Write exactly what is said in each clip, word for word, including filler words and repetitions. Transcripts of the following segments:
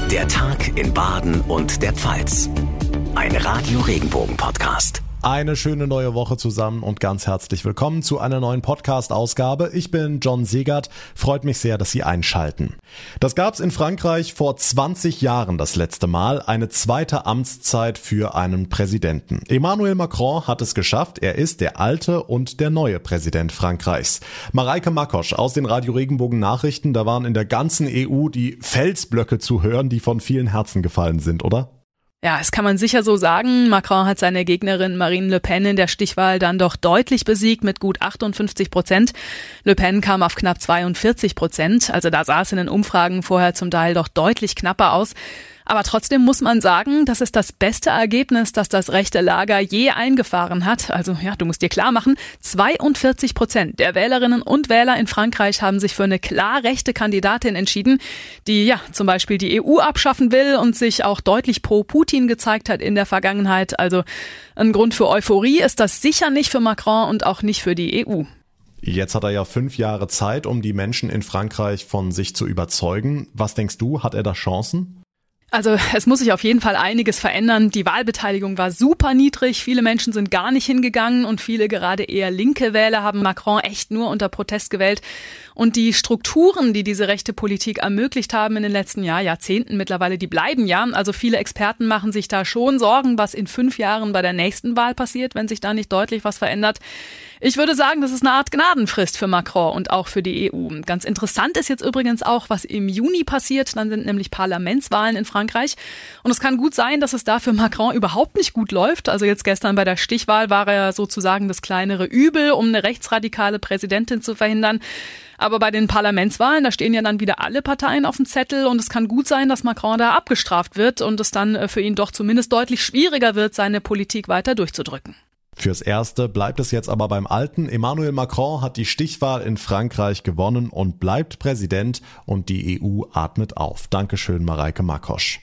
Der Tag in Baden und der Pfalz. Ein Radio-Regenbogen-Podcast. Eine schöne neue Woche zusammen und ganz herzlich willkommen zu einer neuen Podcast-Ausgabe. Ich bin John Segert, freut mich sehr, dass Sie einschalten. Das gab's in Frankreich vor zwanzig Jahren das letzte Mal, eine zweite Amtszeit für einen Präsidenten. Emmanuel Macron hat es geschafft, er ist der alte und der neue Präsident Frankreichs. Mareike Makkosch aus den Radio-Regenbogen-Nachrichten, da waren in der ganzen E U die Felsblöcke zu hören, die von vielen Herzen gefallen sind, oder? Ja, das kann man sicher so sagen. Macron hat seine Gegnerin Marine Le Pen in der Stichwahl dann doch deutlich besiegt mit gut achtundfünfzig Prozent. Le Pen kam auf knapp zweiundvierzig Prozent. Also da sah es in den Umfragen vorher zum Teil doch deutlich knapper aus. Aber trotzdem muss man sagen, das ist das beste Ergebnis, das das rechte Lager je eingefahren hat. Also ja, du musst dir klar machen, zweiundvierzig Prozent der Wählerinnen und Wähler in Frankreich haben sich für eine klar rechte Kandidatin entschieden, die ja zum Beispiel die E U abschaffen will und sich auch deutlich pro Putin gezeigt hat in der Vergangenheit. Also ein Grund für Euphorie ist das sicher nicht für Macron und auch nicht für die E U. Jetzt hat er ja fünf Jahre Zeit, um die Menschen in Frankreich von sich zu überzeugen. Was denkst du, hat er da Chancen? Also es muss sich auf jeden Fall einiges verändern. Die Wahlbeteiligung war super niedrig. Viele Menschen sind gar nicht hingegangen und viele gerade eher linke Wähler haben Macron echt nur unter Protest gewählt. Und die Strukturen, die diese rechte Politik ermöglicht haben in den letzten Jahr, Jahrzehnten mittlerweile, die bleiben ja. Also viele Experten machen sich da schon Sorgen, was in fünf Jahren bei der nächsten Wahl passiert, wenn sich da nicht deutlich was verändert. Ich würde sagen, das ist eine Art Gnadenfrist für Macron und auch für die E U. Ganz interessant ist jetzt übrigens auch, was im Juni passiert. Dann sind nämlich Parlamentswahlen in Frankreich. Und es kann gut sein, dass es da für Macron überhaupt nicht gut läuft. Also jetzt gestern bei der Stichwahl war er sozusagen das kleinere Übel, um eine rechtsradikale Präsidentin zu verhindern. Aber bei den Parlamentswahlen, da stehen ja dann wieder alle Parteien auf dem Zettel und es kann gut sein, dass Macron da abgestraft wird und es dann für ihn doch zumindest deutlich schwieriger wird, seine Politik weiter durchzudrücken. Fürs Erste bleibt es jetzt aber beim Alten. Emmanuel Macron hat die Stichwahl in Frankreich gewonnen und bleibt Präsident und die E U atmet auf. Dankeschön, Mareike Makkosch.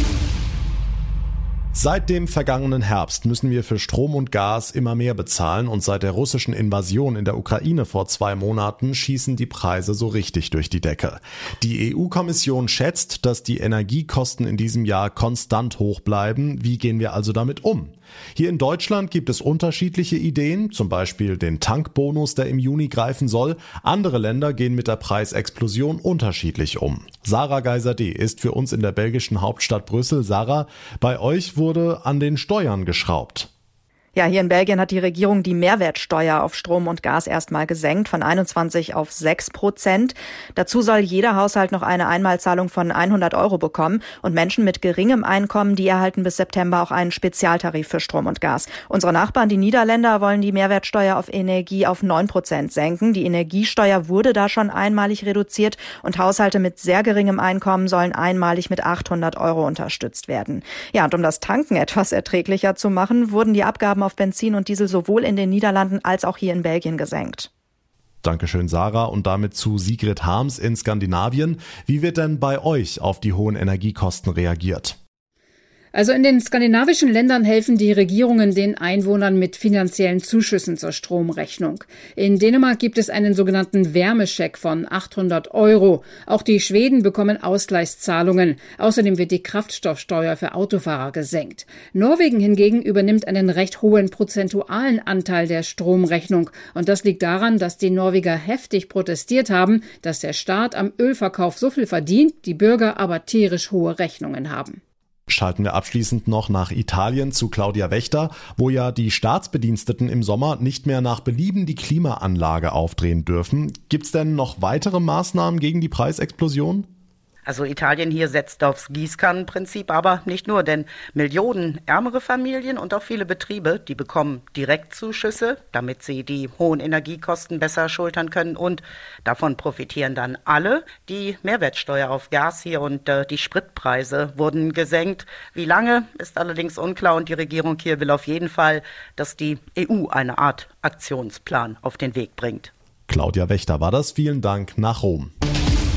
Seit dem vergangenen Herbst müssen wir für Strom und Gas immer mehr bezahlen und seit der russischen Invasion in der Ukraine vor zwei Monaten schießen die Preise so richtig durch die Decke. Die E U-Kommission schätzt, dass die Energiekosten in diesem Jahr konstant hoch bleiben. Wie gehen wir also damit um? Hier in Deutschland gibt es unterschiedliche Ideen, zum Beispiel den Tankbonus, der im Juni greifen soll. Andere Länder gehen mit der Preisexplosion unterschiedlich um. Sarah Geiser-D. ist für uns in der belgischen Hauptstadt Brüssel. Sarah, bei euch wurde an den Steuern geschraubt. Ja, hier in Belgien hat die Regierung die Mehrwertsteuer auf Strom und Gas erstmal gesenkt von einundzwanzig auf sechs Prozent. Dazu soll jeder Haushalt noch eine Einmalzahlung von hundert Euro bekommen und Menschen mit geringem Einkommen, die erhalten bis September auch einen Spezialtarif für Strom und Gas. Unsere Nachbarn, die Niederländer, wollen die Mehrwertsteuer auf Energie auf neun Prozent senken. Die Energiesteuer wurde da schon einmalig reduziert und Haushalte mit sehr geringem Einkommen sollen einmalig mit achthundert Euro unterstützt werden. Ja, und um das Tanken etwas erträglicher zu machen, wurden die Abgaben auf Benzin und Diesel sowohl in den Niederlanden als auch hier in Belgien gesenkt. Dankeschön, Sarah. Und damit zu Sigrid Harms in Skandinavien. Wie wird denn bei euch auf die hohen Energiekosten reagiert? Also in den skandinavischen Ländern helfen die Regierungen den Einwohnern mit finanziellen Zuschüssen zur Stromrechnung. In Dänemark gibt es einen sogenannten Wärmescheck von achthundert Euro. Auch die Schweden bekommen Ausgleichszahlungen. Außerdem wird die Kraftstoffsteuer für Autofahrer gesenkt. Norwegen hingegen übernimmt einen recht hohen prozentualen Anteil der Stromrechnung. Und das liegt daran, dass die Norweger heftig protestiert haben, dass der Staat am Ölverkauf so viel verdient, die Bürger aber tierisch hohe Rechnungen haben. Schalten wir abschließend noch nach Italien zu Claudia Wächter, wo ja die Staatsbediensteten im Sommer nicht mehr nach Belieben die Klimaanlage aufdrehen dürfen. Gibt's denn noch weitere Maßnahmen gegen die Preisexplosion? Also Italien hier setzt aufs Gießkannenprinzip, aber nicht nur, denn Millionen ärmere Familien und auch viele Betriebe, die bekommen Direktzuschüsse, damit sie die hohen Energiekosten besser schultern können und davon profitieren dann alle. Die Mehrwertsteuer auf Gas hier und äh, die Spritpreise wurden gesenkt. Wie lange, ist allerdings unklar und die Regierung hier will auf jeden Fall, dass die E U eine Art Aktionsplan auf den Weg bringt. Claudia Wächter war das. Vielen Dank nach Rom.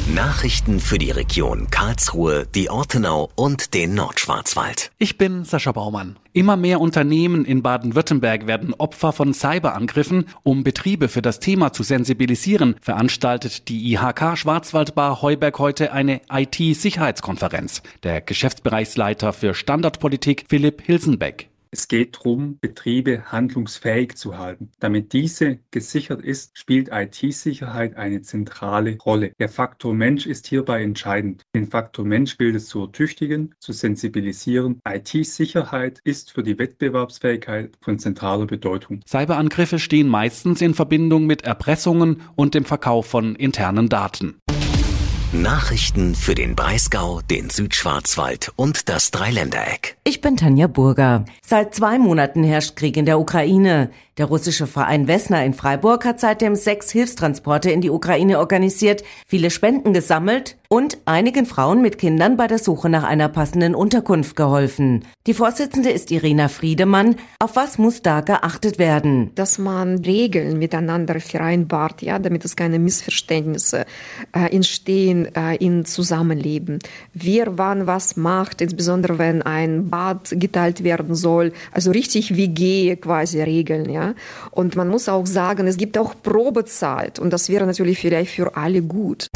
Nachrichten für die Region Karlsruhe, die Ortenau und den Nordschwarzwald. Ich bin Sascha Baumann. Immer mehr Unternehmen in Baden-Württemberg werden Opfer von Cyberangriffen. Um Betriebe für das Thema zu sensibilisieren, veranstaltet die I H K Schwarzwaldbar Heuberg heute eine I T-Sicherheitskonferenz. Der Geschäftsbereichsleiter für Standardpolitik Philipp Hilsenbeck. Es geht darum, Betriebe handlungsfähig zu halten. Damit diese gesichert ist, spielt I T-Sicherheit eine zentrale Rolle. Der Faktor Mensch ist hierbei entscheidend. Den Faktor Mensch gilt es zu ertüchtigen, zu sensibilisieren. I T-Sicherheit ist für die Wettbewerbsfähigkeit von zentraler Bedeutung. Cyberangriffe stehen meistens in Verbindung mit Erpressungen und dem Verkauf von internen Daten. Nachrichten für den Breisgau, den Südschwarzwald und das Dreiländereck. Ich bin Tanja Burger. Seit zwei Monaten herrscht Krieg in der Ukraine. Der russische Verein Wessner in Freiburg hat seitdem sechs Hilfstransporte in die Ukraine organisiert, viele Spenden gesammelt und einigen Frauen mit Kindern bei der Suche nach einer passenden Unterkunft geholfen. Die Vorsitzende ist Irina Friedemann. Auf was muss da geachtet werden? Dass man Regeln miteinander vereinbart, ja, damit es keine Missverständnisse äh, entstehen äh, im Zusammenleben. Wer wann was macht, insbesondere wenn ein Bad geteilt werden soll. Also richtig W G quasi Regeln, ja. Und man muss auch sagen, es gibt auch Probezeit und das wäre natürlich vielleicht für alle gut.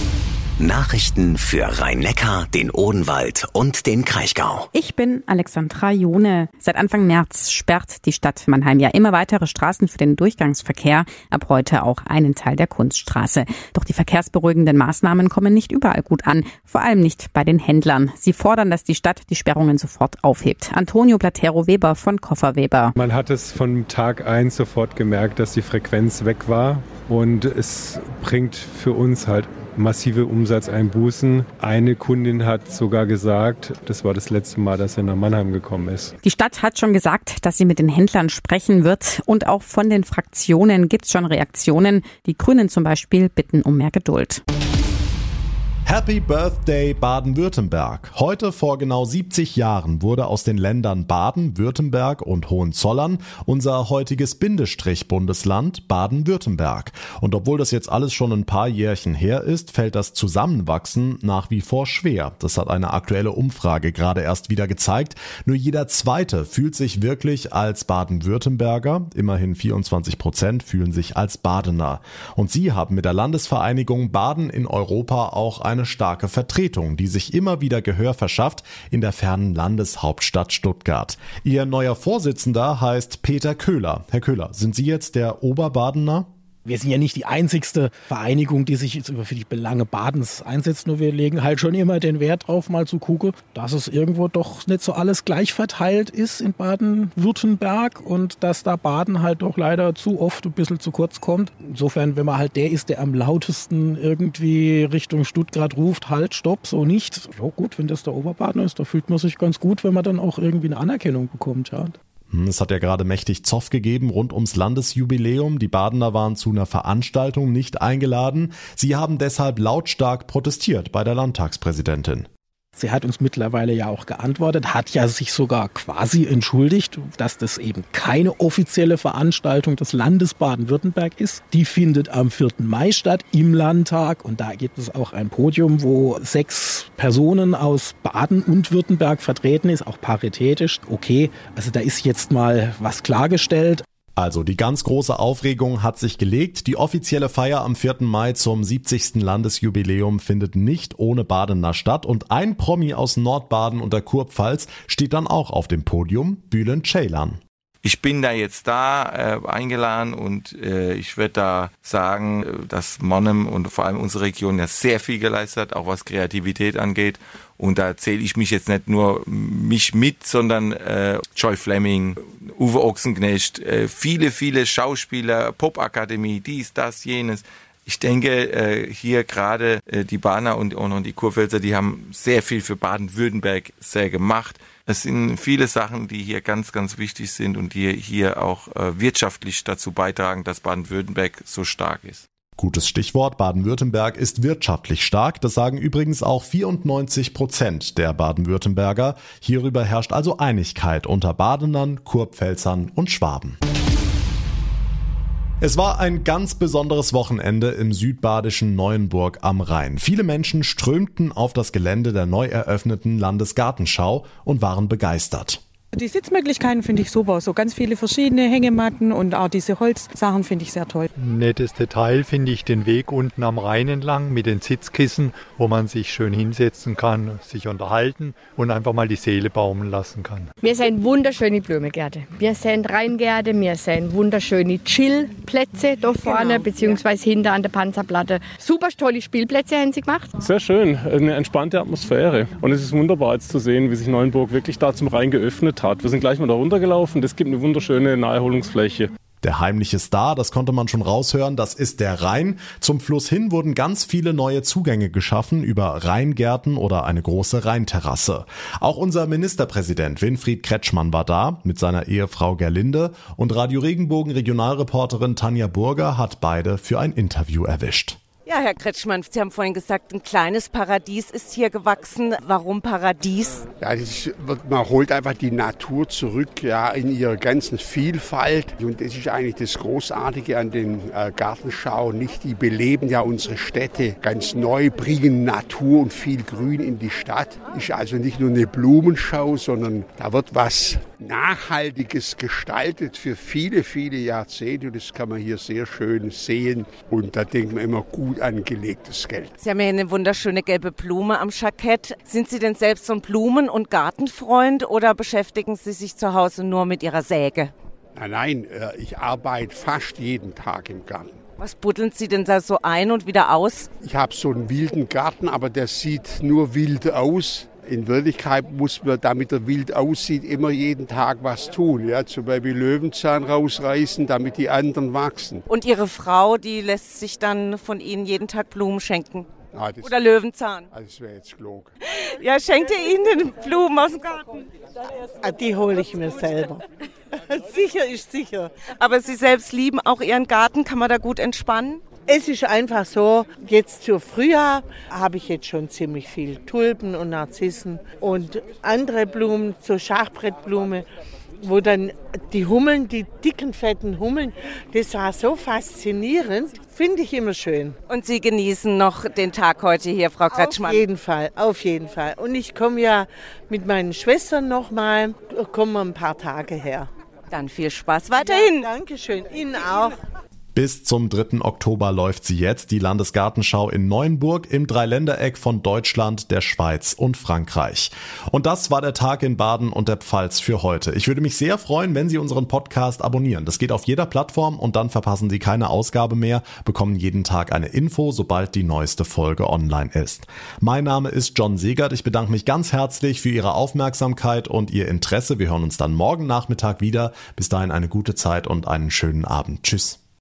Nachrichten für Rhein-Neckar, den Odenwald und den Kraichgau. Ich bin Alexandra Jone. Seit Anfang März sperrt die Stadt Mannheim ja immer weitere Straßen für den Durchgangsverkehr, ab heute auch einen Teil der Kunststraße. Doch die verkehrsberuhigenden Maßnahmen kommen nicht überall gut an, vor allem nicht bei den Händlern. Sie fordern, dass die Stadt die Sperrungen sofort aufhebt. Antonio Platero-Weber von Kofferweber. Man hat es von Tag eins sofort gemerkt, dass die Frequenz weg war und es bringt für uns halt massive Umsatzeinbußen. Eine Kundin hat sogar gesagt, das war das letzte Mal, dass er nach Mannheim gekommen ist. Die Stadt hat schon gesagt, dass sie mit den Händlern sprechen wird. Und auch von den Fraktionen gibt es schon Reaktionen. Die Grünen zum Beispiel bitten um mehr Geduld. Happy Birthday Baden-Württemberg. Heute vor genau siebzig Jahren wurde aus den Ländern Baden, Württemberg und Hohenzollern unser heutiges Bindestrich-Bundesland Baden-Württemberg. Und obwohl das jetzt alles schon ein paar Jährchen her ist, fällt das Zusammenwachsen nach wie vor schwer. Das hat eine aktuelle Umfrage gerade erst wieder gezeigt. Nur jeder Zweite fühlt sich wirklich als Baden-Württemberger. Immerhin vierundzwanzig Prozent fühlen sich als Badener. Und sie haben mit der Landesvereinigung Baden in Europa auch ein eine starke Vertretung, die sich immer wieder Gehör verschafft in der fernen Landeshauptstadt Stuttgart. Ihr neuer Vorsitzender heißt Peter Köhler. Herr Köhler, sind Sie jetzt der Oberbadener? Wir sind ja nicht die einzigste Vereinigung, die sich jetzt für die Belange Badens einsetzt, nur wir legen halt schon immer den Wert drauf, mal zu gucken, dass es irgendwo doch nicht so alles gleich verteilt ist in Baden-Württemberg und dass da Baden halt doch leider zu oft ein bisschen zu kurz kommt. Insofern, wenn man halt der ist, der am lautesten irgendwie Richtung Stuttgart ruft, halt, stopp, so nicht. Ja gut, wenn das der Oberbadener ist, da fühlt man sich ganz gut, wenn man dann auch irgendwie eine Anerkennung bekommt, ja. Es hat ja gerade mächtig Zoff gegeben rund ums Landesjubiläum. Die Badener waren zu einer Veranstaltung nicht eingeladen. Sie haben deshalb lautstark protestiert bei der Landtagspräsidentin. Sie hat uns mittlerweile ja auch geantwortet, hat ja sich sogar quasi entschuldigt, dass das eben keine offizielle Veranstaltung des Landes Baden-Württemberg ist. Die findet am vierten Mai statt im Landtag und da gibt es auch ein Podium, wo sechs Personen aus Baden und Württemberg vertreten ist, auch paritätisch. Okay, also da ist jetzt mal was klargestellt. Also die ganz große Aufregung hat sich gelegt. Die offizielle Feier am vierten Mai zum siebzigsten Landesjubiläum findet nicht ohne Badener statt. Und ein Promi aus Nordbaden und der Kurpfalz steht dann auch auf dem Podium, Bülent Ceylan. Ich bin da jetzt da äh, eingeladen und äh, ich würde da sagen, dass Monnem und vor allem unsere Region ja sehr viel geleistet hat, auch was Kreativität angeht. Und da zähle ich mich jetzt nicht nur mich mit, sondern äh, Joy Fleming, Uwe Ochsenknecht, äh, viele, viele Schauspieler, Popakademie, dies, das, jenes. Ich denke, äh, hier gerade äh, die Badener und, und die Kurpfälzer, die haben sehr viel für Baden-Württemberg sehr gemacht. Es sind viele Sachen, die hier ganz, ganz wichtig sind und die hier auch äh, wirtschaftlich dazu beitragen, dass Baden-Württemberg so stark ist. Gutes Stichwort, Baden-Württemberg ist wirtschaftlich stark. Das sagen übrigens auch vierundneunzig Prozent der Baden-Württemberger. Hierüber herrscht also Einigkeit unter Badenern, Kurpfälzern und Schwaben. Es war ein ganz besonderes Wochenende im südbadischen Neuenburg am Rhein. Viele Menschen strömten auf das Gelände der neu eröffneten Landesgartenschau und waren begeistert. Die Sitzmöglichkeiten finde ich super, so ganz viele verschiedene Hängematten und auch diese Holzsachen finde ich sehr toll. Nettes Detail finde ich den Weg unten am Rhein entlang mit den Sitzkissen, wo man sich schön hinsetzen kann, sich unterhalten und einfach mal die Seele baumeln lassen kann. Wir sind wunderschöne Blumengärten, wir sind Rheingärten, wir sind wunderschöne Chillplätze da vorne, genau, beziehungsweise hinter an der Panzerplatte. Super tolle Spielplätze haben sie gemacht. Sehr schön, eine entspannte Atmosphäre und es ist wunderbar jetzt zu sehen, wie sich Neuenburg wirklich da zum Rhein geöffnet hat. Wir sind gleich mal da runtergelaufen, das gibt eine wunderschöne Naherholungsfläche. Der heimliche Star, das konnte man schon raushören, das ist der Rhein. Zum Fluss hin wurden ganz viele neue Zugänge geschaffen über Rheingärten oder eine große Rheinterrasse. Auch unser Ministerpräsident Winfried Kretschmann war da mit seiner Ehefrau Gerlinde und Radio Regenbogen Regionalreporterin Tanja Burger hat beide für ein Interview erwischt. Ja, Herr Kretschmann, Sie haben vorhin gesagt, ein kleines Paradies ist hier gewachsen. Warum Paradies? Ja, das wird, man holt einfach die Natur zurück, ja, in ihrer ganzen Vielfalt. Und das ist eigentlich das Großartige an den äh, Gartenschauen. Nicht, die beleben ja unsere Städte ganz neu, bringen Natur und viel Grün in die Stadt. Ist also nicht nur eine Blumenschau, sondern da wird was Nachhaltiges gestaltet für viele, viele Jahrzehnte. Und das kann man hier sehr schön sehen. Und da denkt man immer, gut angelegtes Geld. Sie haben ja eine wunderschöne gelbe Blume am Jackett. Sind Sie denn selbst so ein Blumen- und Gartenfreund oder beschäftigen Sie sich zu Hause nur mit Ihrer Säge? Nein, nein, ich arbeite fast jeden Tag im Garten. Was buddeln Sie denn da so ein und wieder aus? Ich habe so einen wilden Garten, aber der sieht nur wild aus. In Wirklichkeit muss man, damit er wild aussieht, immer jeden Tag was tun. Ja, zum Beispiel Löwenzahn rausreißen, damit die anderen wachsen. Und Ihre Frau, die lässt sich dann von Ihnen jeden Tag Blumen schenken? Ah, das, Oder Löwenzahn? Ah, das wäre jetzt gelogen. Ja, schenkt ihr Ihnen Blumen aus dem Garten? Ah, die hole ich mir selber. Sicher ist sicher. Aber Sie selbst lieben auch Ihren Garten, kann man da gut entspannen? Es ist einfach so, jetzt zur Frühjahr habe ich jetzt schon ziemlich viel Tulpen und Narzissen und andere Blumen, so Schachbrettblume, wo dann die Hummeln, die dicken, fetten Hummeln, das war so faszinierend, finde ich immer schön. Und Sie genießen noch den Tag heute hier, Frau Kretschmann? Auf jeden Fall, auf jeden Fall. Und ich komme ja mit meinen Schwestern noch mal, kommen wir ein paar Tage her. Dann viel Spaß weiterhin. Ja, Dankeschön, Ihnen auch. Bis zum dritten Oktober läuft sie jetzt, die Landesgartenschau in Neuenburg im Dreiländereck von Deutschland, der Schweiz und Frankreich. Und das war der Tag in Baden und der Pfalz für heute. Ich würde mich sehr freuen, wenn Sie unseren Podcast abonnieren. Das geht auf jeder Plattform und dann verpassen Sie keine Ausgabe mehr, bekommen jeden Tag eine Info, sobald die neueste Folge online ist. Mein Name ist John Segert. Ich bedanke mich ganz herzlich für Ihre Aufmerksamkeit und Ihr Interesse. Wir hören uns dann morgen Nachmittag wieder. Bis dahin eine gute Zeit und einen schönen Abend. Tschüss.